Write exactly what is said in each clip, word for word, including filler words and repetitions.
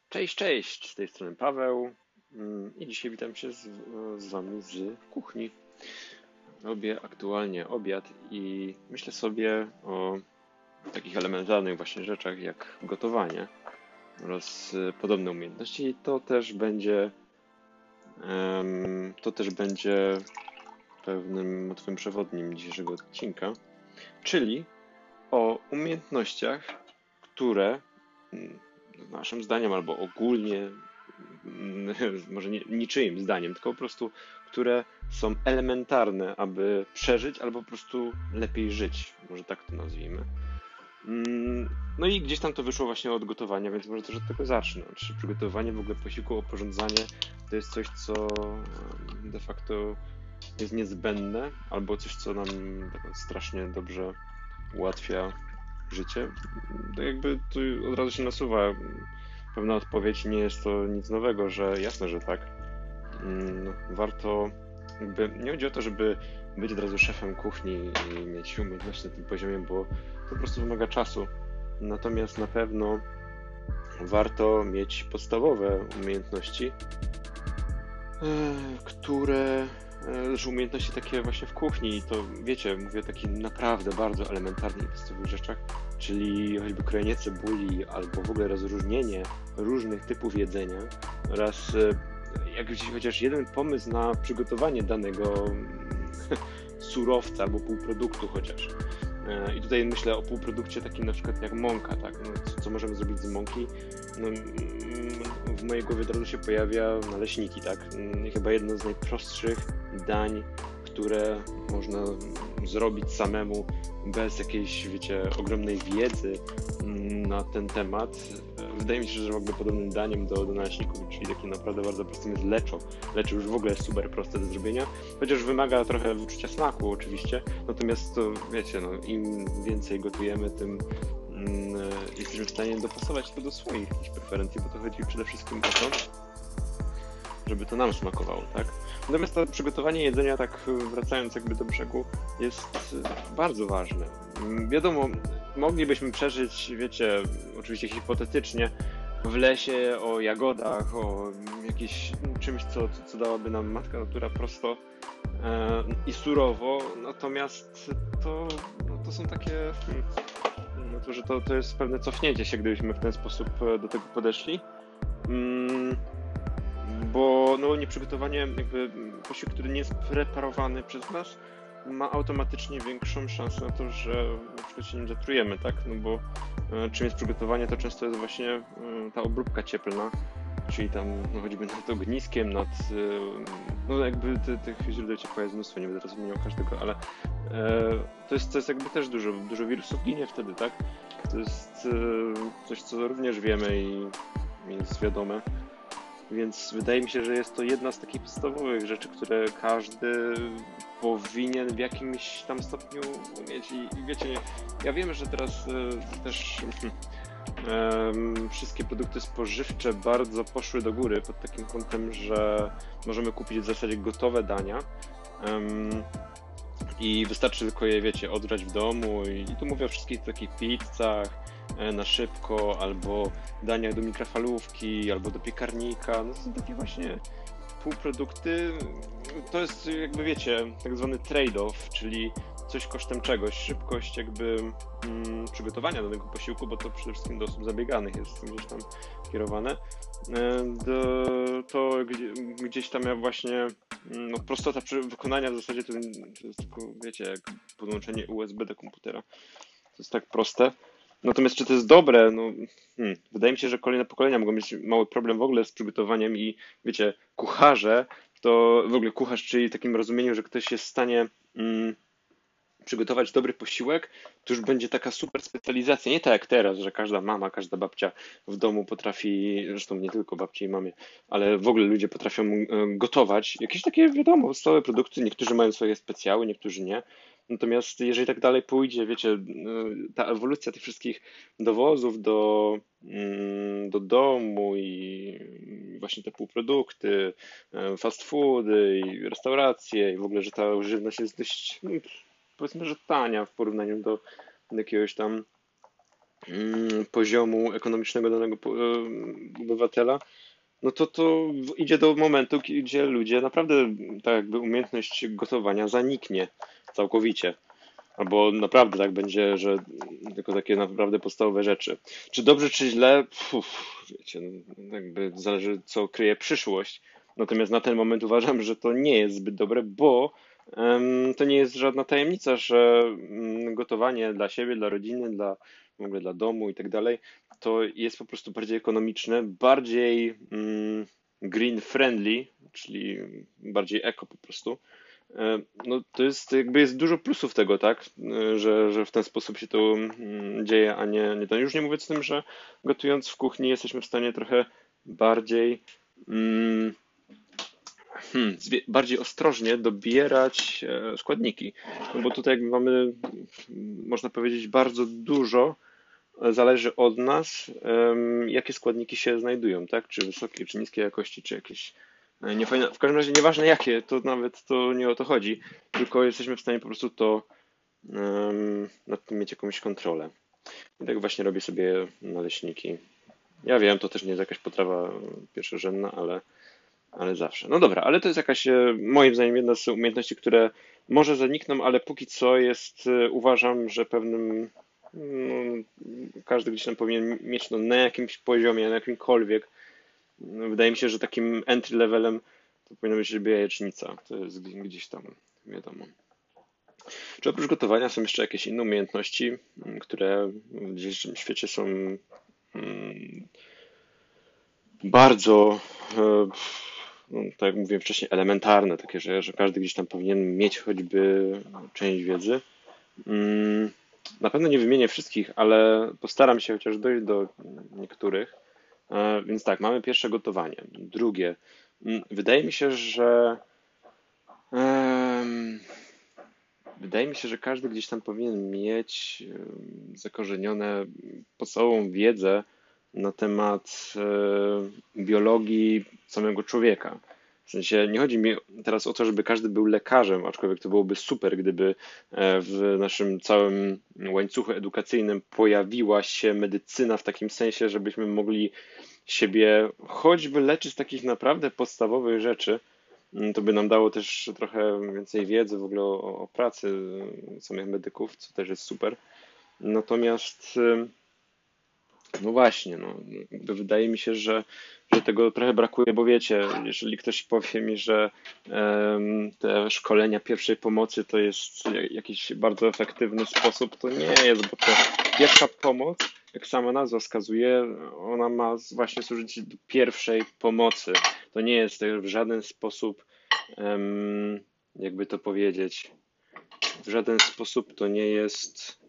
Cześć, cześć, z tej strony Paweł mm, i dzisiaj witam się z, z Wami z kuchni. Robię aktualnie obiad i myślę sobie o takich elementarnych właśnie rzeczach jak gotowanie oraz e, podobne umiejętności i to też będzie em, to też będzie pewnym motywem przewodnim dzisiejszego odcinka, czyli o umiejętnościach, które mm, naszym zdaniem albo ogólnie mm, może nie, niczyim zdaniem, tylko po prostu, które są elementarne, aby przeżyć albo po prostu lepiej żyć. Może tak to nazwijmy. Mm, No i gdzieś tam to wyszło właśnie od gotowania, więc może też od tego zacznę. Czy przygotowanie w ogóle posiłku, oporządzanie to jest coś, co em, de facto jest niezbędne, albo coś, co nam tak strasznie dobrze ułatwia życie? To jakby tu od razu się nasuwa pewna odpowiedź, nie jest to nic nowego, że jasne, że tak. Mm, Warto, jakby, nie chodzi o to, żeby być od razu szefem kuchni i mieć umiejętności na tym poziomie, bo to po prostu wymaga czasu. Natomiast na pewno warto mieć podstawowe umiejętności, e, które, e, też umiejętności takie właśnie w kuchni, i to wiecie, mówię o takich naprawdę bardzo elementarnych i podstawowych rzeczach, czyli choćby krojenie cebuli, albo w ogóle rozróżnienie różnych typów jedzenia oraz e, jak gdzieś chociaż jeden pomysł na przygotowanie danego surowca albo półproduktu chociaż. E, I tutaj myślę o półprodukcie takim na przykład jak mąka, tak? No, co, co możemy zrobić z mąki? No, mm, w mojej głowie od razu się pojawia naleśniki, tak? Mm, I chyba jedno z najprostszych dań, które można zrobić samemu bez jakiejś, wiecie, ogromnej wiedzy mm, na ten temat. E, Wydaje mi się, że w ogóle podobnym daniem do, do naleśników, czyli takim naprawdę bardzo prostym jest leczo. Leczo już w ogóle jest super proste do zrobienia, chociaż wymaga trochę wyczucia smaku oczywiście, natomiast to wiecie, no, im więcej gotujemy, tym mm, jesteśmy w stanie dopasować to do swoich jakichś preferencji, bo to chodzi przede wszystkim o to, żeby to nam smakowało, tak? Natomiast to przygotowanie jedzenia, tak wracając jakby do brzegu, jest y, bardzo ważne. Mm, Wiadomo, moglibyśmy przeżyć, wiecie, oczywiście hipotetycznie, w lesie, o jagodach, o jakimś czymś, co, co dałaby nam matka natura prosto e, i surowo, natomiast to, no, to są takie, hmm, no to, że to, to jest pewne cofnięcie się, gdybyśmy w ten sposób e, do tego podeszli. Mm, bo no, nieprzygotowanie, jakby posiłek, który nie jest preparowany przez nas, ma automatycznie większą szansę na to, że na przykład się nim zatrujemy, tak? No bo e, czym jest przygotowanie, to często jest właśnie e, ta obróbka cieplna, czyli tam no, choćby nad ogniskiem, nad, e, no jakby ty, tych źródeł ciepła jest mnóstwo, nie będę teraz wymieniał każdego, ale e, to jest, to jest jakby też dużo, dużo wirusów ginie wtedy, tak? To jest e, coś, co również wiemy i jest wiadome. Więc wydaje mi się, że jest to jedna z takich podstawowych rzeczy, które każdy powinien w jakimś tam stopniu umieć. I, i wiecie, ja wiem, że teraz e, też em, wszystkie produkty spożywcze bardzo poszły do góry pod takim kątem, że możemy kupić w zasadzie gotowe dania. Em, i wystarczy tylko je, wiecie, odgrzać w domu i, i tu mówię o wszystkich takich pizzach e, na szybko, albo daniach do mikrofalówki, albo do piekarnika. No to są takie właśnie półprodukty. To jest jakby, wiecie, tak zwany trade-off, czyli coś kosztem czegoś. Szybkość jakby mm, przygotowania danego posiłku, bo to przede wszystkim do osób zabieganych jest gdzieś tam kierowane. E, Do, to gdzie, gdzieś tam ja właśnie mm, no, prostota przy wykonania w zasadzie to, to jest tylko, wiecie, jak podłączenie U S B do komputera. To jest tak proste. Natomiast czy to jest dobre? No, hmm, wydaje mi się, że kolejne pokolenia mogą mieć mały problem w ogóle z przygotowaniem i wiecie, kucharze, to w ogóle kucharz, czyli w takim rozumieniu, że ktoś jest w stanie mm, przygotować dobry posiłek, to już będzie taka super specjalizacja. Nie tak jak teraz, że każda mama, każda babcia w domu potrafi, zresztą nie tylko babci i mamie, ale w ogóle ludzie potrafią e, gotować jakieś takie, wiadomo, stałe produkty. Niektórzy mają swoje specjały, niektórzy nie. Natomiast jeżeli tak dalej pójdzie, wiecie, e, ta ewolucja tych wszystkich dowozów do, mm, do domu i właśnie te półprodukty, e, fast foody i restauracje i w ogóle, że ta żywność jest dość, no, powiedzmy, że tania w porównaniu do jakiegoś tam mm, poziomu ekonomicznego danego po- e, obywatela, no to to w- idzie do momentu, gdzie ludzie naprawdę, tak jakby umiejętność gotowania zaniknie całkowicie. Albo naprawdę tak będzie, że tylko takie naprawdę podstawowe rzeczy. Czy dobrze, czy źle? Puf, wiecie, no, jakby zależy, co kryje przyszłość. Natomiast na ten moment uważam, że to nie jest zbyt dobre, bo em, to nie jest żadna tajemnica, że mm, gotowanie dla siebie, dla rodziny, dla w ogóle dla domu i tak dalej, to jest po prostu bardziej ekonomiczne, bardziej mm, green friendly, czyli bardziej eko po prostu. E, No to jest jakby jest dużo plusów tego, tak, E, że, że w ten sposób się to mm, dzieje, a nie, nie to. Już nie mówiąc o tym, że gotując w kuchni jesteśmy w stanie trochę bardziej mm, hmm, zwie- bardziej ostrożnie dobierać e, składniki. No bo tutaj jakby mamy, mm, można powiedzieć, bardzo dużo e, zależy od nas, em, jakie składniki się znajdują, tak? Czy wysokiej, czy niskiej jakości, czy jakieś e, niefajne. W każdym razie nieważne jakie, to nawet to nie o to chodzi, tylko jesteśmy w stanie po prostu to em, nad tym mieć jakąś kontrolę. I tak właśnie robię sobie naleśniki. Ja wiem, to też nie jest jakaś potrawa pierwszorzędna, ale ale zawsze. No dobra, ale to jest jakaś, e, moim zdaniem, jedna z umiejętności, które może zanikną, ale póki co jest, e, uważam, że pewnym, no, każdy gdzieś tam powinien mieć no, na jakimś poziomie, na jakimkolwiek. No, wydaje mi się, że takim entry levelem to powinna być sobie jajecznica. To jest gdzieś tam, wiadomo. Czy oprócz gotowania są jeszcze jakieś inne umiejętności, m, które w dzisiejszym świecie są mm, bardzo, e, no, tak jak mówiłem wcześniej, elementarne, takie, że, że każdy gdzieś tam powinien mieć choćby część wiedzy. Mm, Na pewno nie wymienię wszystkich, ale postaram się chociaż dojść do niektórych. E, Więc tak, mamy pierwsze gotowanie. Drugie, mm, wydaje mi się, że em, wydaje mi się, że każdy gdzieś tam powinien mieć em, zakorzenione podstawową wiedzę na temat e, biologii samego człowieka. W sensie nie chodzi mi teraz o to, żeby każdy był lekarzem, aczkolwiek to byłoby super, gdyby e, w naszym całym łańcuchu edukacyjnym pojawiła się medycyna w takim sensie, żebyśmy mogli siebie choćby leczyć z takich naprawdę podstawowych rzeczy. Mm, To by nam dało też trochę więcej wiedzy w ogóle o, o pracy samych medyków, co też jest super. Natomiast em, no właśnie, no, jakby wydaje mi się, że, że tego trochę brakuje, bo wiecie, jeżeli ktoś powie mi, że em, te szkolenia pierwszej pomocy to jest ja- jakiś bardzo efektywny sposób, to nie jest, bo to pierwsza pomoc, jak sama nazwa wskazuje, ona ma z- właśnie służyć do pierwszej pomocy. To nie jest w żaden sposób, em, jakby to powiedzieć, w żaden sposób to nie jest.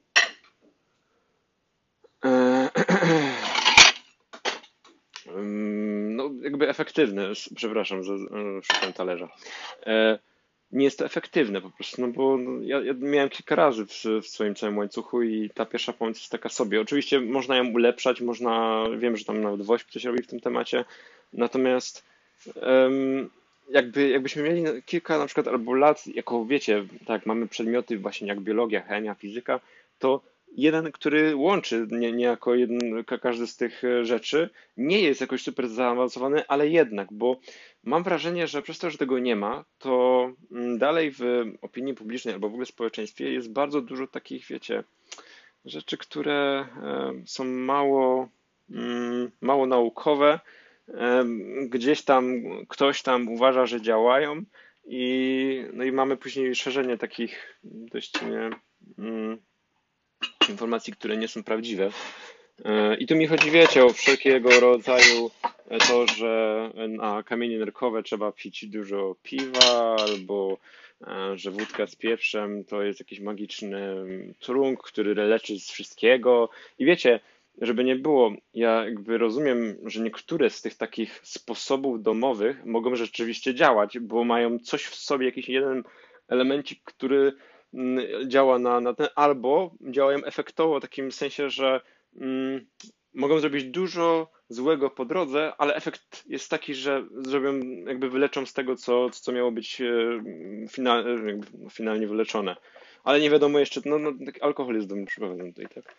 Ym, No, jakby efektywne, s- przepraszam, że że szukam talerza. E, Nie jest to efektywne po prostu, no bo no, ja, ja miałem kilka razy w, w swoim całym łańcuchu i ta pierwsza pomoc jest taka sobie. Oczywiście można ją ulepszać, można, wiem, że tam nawet WOŚP coś robi w tym temacie, natomiast em, jakby, jakbyśmy mieli na- kilka na przykład albo lat, jako wiecie, tak, mamy przedmioty właśnie jak biologia, chemia, fizyka, to jeden, który łączy nie, niejako jeden, ka- każdy z tych e, rzeczy, nie jest jakoś super zaawansowany, ale jednak, bo mam wrażenie, że przez to, że tego nie ma, to mm, dalej w opinii publicznej albo w ogóle w społeczeństwie jest bardzo dużo takich, wiecie, rzeczy, które e, są mało, mm, mało naukowe. E, Gdzieś tam ktoś tam uważa, że działają i, no i mamy później szerzenie takich dość nie, mm, informacji, które nie są prawdziwe. E, I tu mi chodzi, wiecie, o wszelkiego rodzaju e, to, że na kamienie nerkowe trzeba pić dużo piwa, albo e, że wódka z pieprzem to jest jakiś magiczny trunk, który leczy z wszystkiego. I wiecie, żeby nie było, ja jakby rozumiem, że niektóre z tych takich sposobów domowych mogą rzeczywiście działać, bo mają coś w sobie, jakiś jeden elemencik, który mm, działa na, na ten, albo działają efektowo w takim sensie, że mm, mogą zrobić dużo złego po drodze, ale efekt jest taki, że zrobią, jakby wyleczą z tego, co, co miało być e, final, jakby finalnie wyleczone. Ale nie wiadomo jeszcze, no, no taki alkohol jest dobrym przykładem tutaj, tak?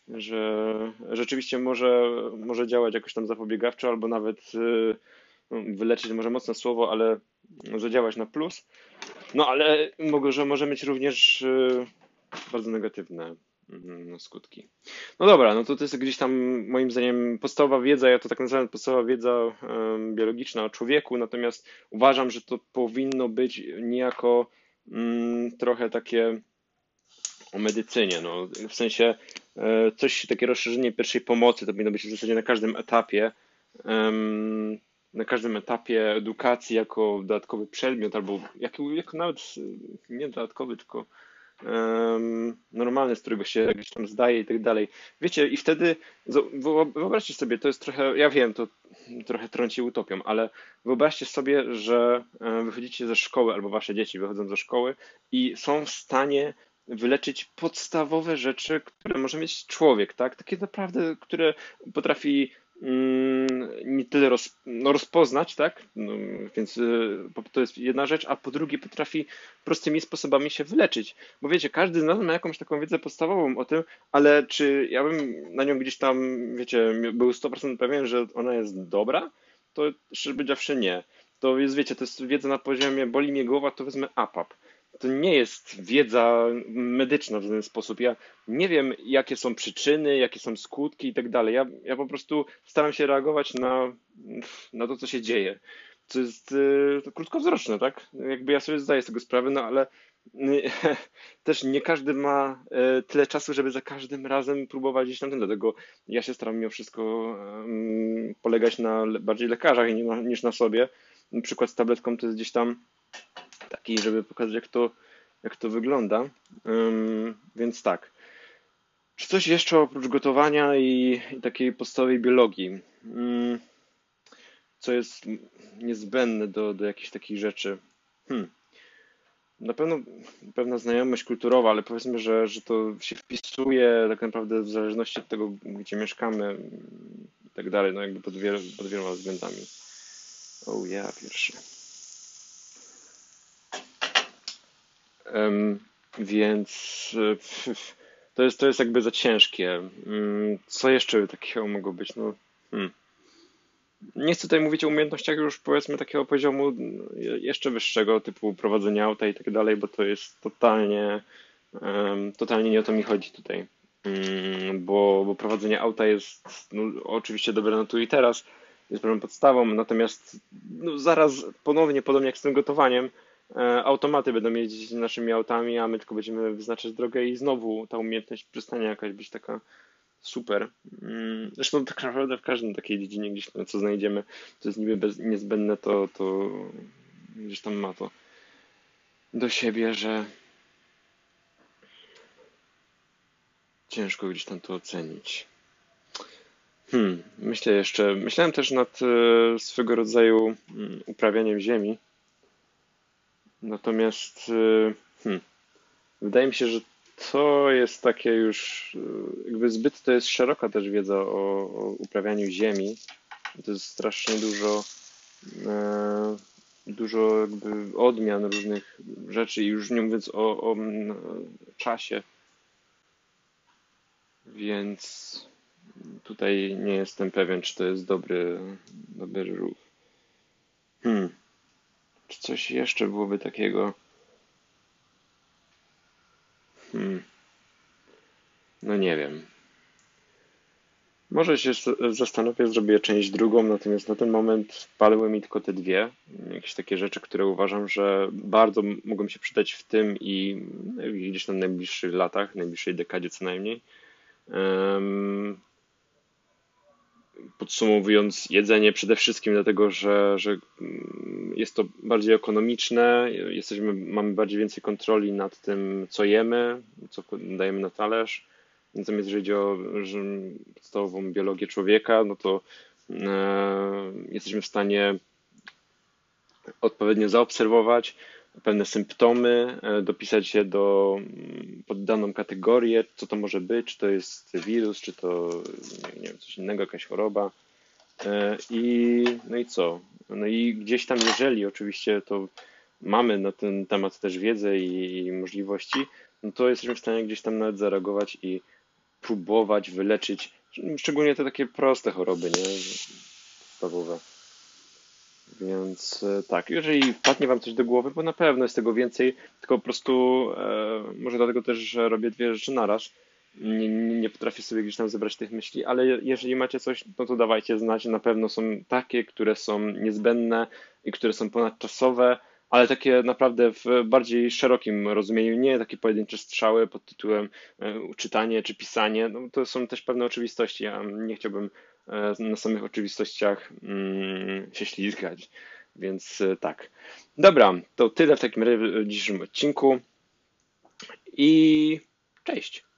że rzeczywiście może, może działać jakoś tam zapobiegawczo, albo nawet y, no, wyleczyć, może mocne słowo, ale może działać na plus. No ale może, może mieć również y, bardzo negatywne mm, skutki. No dobra, no to to jest gdzieś tam moim zdaniem podstawowa wiedza, ja to tak nazywam podstawowa wiedza em, biologiczna o człowieku, natomiast uważam, że to powinno być niejako mm, trochę takie o medycynie, no w sensie e, coś takie rozszerzenie pierwszej pomocy to powinno być w zasadzie na każdym etapie, em, na każdym etapie edukacji jako dodatkowy przedmiot, albo jako, jako nawet e, nie dodatkowy, tylko em, normalny, z którego się gdzieś tam zdaje i tak dalej. Wiecie, i wtedy zo- wyob- wyobraźcie sobie, to jest trochę, ja wiem, to trochę trąci utopią, ale wyobraźcie sobie, że e, wychodzicie ze szkoły, albo wasze dzieci wychodzą ze szkoły i są w stanie wyleczyć podstawowe rzeczy, które może mieć człowiek, tak? Takie naprawdę, które potrafi mm, nie tyle roz, no, rozpoznać, tak? No, więc y, po- to jest jedna rzecz, a po drugie potrafi prostymi sposobami się wyleczyć. Bo wiecie, każdy z nas ma jakąś taką wiedzę podstawową o tym, ale czy ja bym na nią gdzieś tam, wiecie, był sto procent pewien, że ona jest dobra? To szczerze powiedziawszy nie. To jest, wiecie, to jest wiedza na poziomie boli mnie głowa, to wezmę A P A P. To nie jest wiedza medyczna w żaden sposób. Ja nie wiem, jakie są przyczyny, jakie są skutki i tak dalej. Ja, ja po prostu staram się reagować na, na to, co się dzieje. Co jest y, to krótkowzroczne, tak? Jakby ja sobie zdaję z tego sprawę, no ale y, też nie każdy ma y, tyle czasu, żeby za każdym razem próbować gdzieś tam ten. Dlatego ja się staram mimo wszystko y, polegać na le- bardziej lekarzach nie na, niż na sobie. Przykład z tabletką to jest gdzieś tam taki, żeby pokazać, jak to, jak to wygląda. Ym, więc tak. Czy coś jeszcze oprócz gotowania i, i takiej podstawowej biologii? Ym, co jest niezbędne do, do jakichś takich rzeczy? Hmm. Na pewno pewna znajomość kulturowa, ale powiedzmy, że, że to się wpisuje tak naprawdę w zależności od tego, gdzie mieszkamy i tak dalej, no jakby pod, wiel, pod wieloma względami. O ja, pierwszy. Em, więc e, pf, to jest, to jest jakby za ciężkie. Mm, Co jeszcze takiego mogło być? No, hmm. Nie chcę tutaj mówić o umiejętnościach już powiedzmy takiego poziomu no, je- jeszcze wyższego, typu prowadzenia auta i tak dalej, bo to jest totalnie, em, totalnie nie o to mi chodzi tutaj. Mm, Bo, bo prowadzenie auta jest no, oczywiście dobre na tu i teraz, jest pewną podstawą, natomiast no, zaraz ponownie, podobnie jak z tym gotowaniem, e, automaty będą jeździć naszymi autami, a my tylko będziemy wyznaczać drogę i znowu ta umiejętność przestanie jakaś być taka super. Mm, Zresztą tak naprawdę w każdym takiej dziedzinie gdzieś tam co znajdziemy, to jest niby bez, niezbędne, to, to gdzieś tam ma to do siebie, że ciężko gdzieś tam to ocenić. Hmm, myślę jeszcze, myślałem też nad e, swego rodzaju mm, uprawianiem ziemi, natomiast e, hmm, wydaje mi się, że to jest takie już, e, jakby zbyt to jest szeroka też wiedza o, o uprawianiu ziemi. To jest strasznie dużo, e, dużo jakby odmian różnych rzeczy i już nie mówiąc o, o mm, czasie, więc tutaj nie jestem pewien, czy to jest dobry, dobry ruch. Hmm. Czy coś jeszcze byłoby takiego? Hmm. No nie wiem. Może się z- zastanowię, zrobię część drugą, natomiast na ten moment wpadły mi tylko te dwie. Jakieś takie rzeczy, które uważam, że bardzo m- mogą się przydać w tym i no, i gdzieś tam w najbliższych latach, najbliższej dekadzie co najmniej. Em, Podsumowując, jedzenie przede wszystkim dlatego, że, że mm, jest to bardziej ekonomiczne, jesteśmy, mamy bardziej więcej kontroli nad tym, co jemy, co dajemy na talerz. Natomiast jeżeli chodzi o że podstawową biologię człowieka, no to e, jesteśmy w stanie odpowiednio zaobserwować pewne symptomy, e, dopisać je do mm, pod daną kategorię, co to może być, czy to jest wirus, czy to nie wiem, coś innego, jakaś choroba. E, I no i co? No i gdzieś tam, jeżeli oczywiście to mamy na ten temat też wiedzę i, i możliwości, no to jesteśmy w stanie gdzieś tam nawet zareagować i próbować wyleczyć, szczególnie te takie proste choroby, nie? Podstawowe. Więc e, tak, jeżeli wpadnie Wam coś do głowy, bo na pewno jest tego więcej, tylko po prostu e, może dlatego też, że robię dwie rzeczy naraz. Nie, nie, nie potrafię sobie gdzieś tam zebrać tych myśli, ale je- jeżeli macie coś, no to dawajcie znać. Na pewno są takie, które są niezbędne i które są ponadczasowe, ale takie naprawdę w bardziej szerokim rozumieniu, nie takie pojedyncze strzały pod tytułem e, czytanie czy pisanie. No, to są też pewne oczywistości. Ja nie chciałbym e, na samych oczywistościach mm, się ślizgać. Więc e, tak. Dobra, to tyle w takim razie w dzisiejszym odcinku i cześć.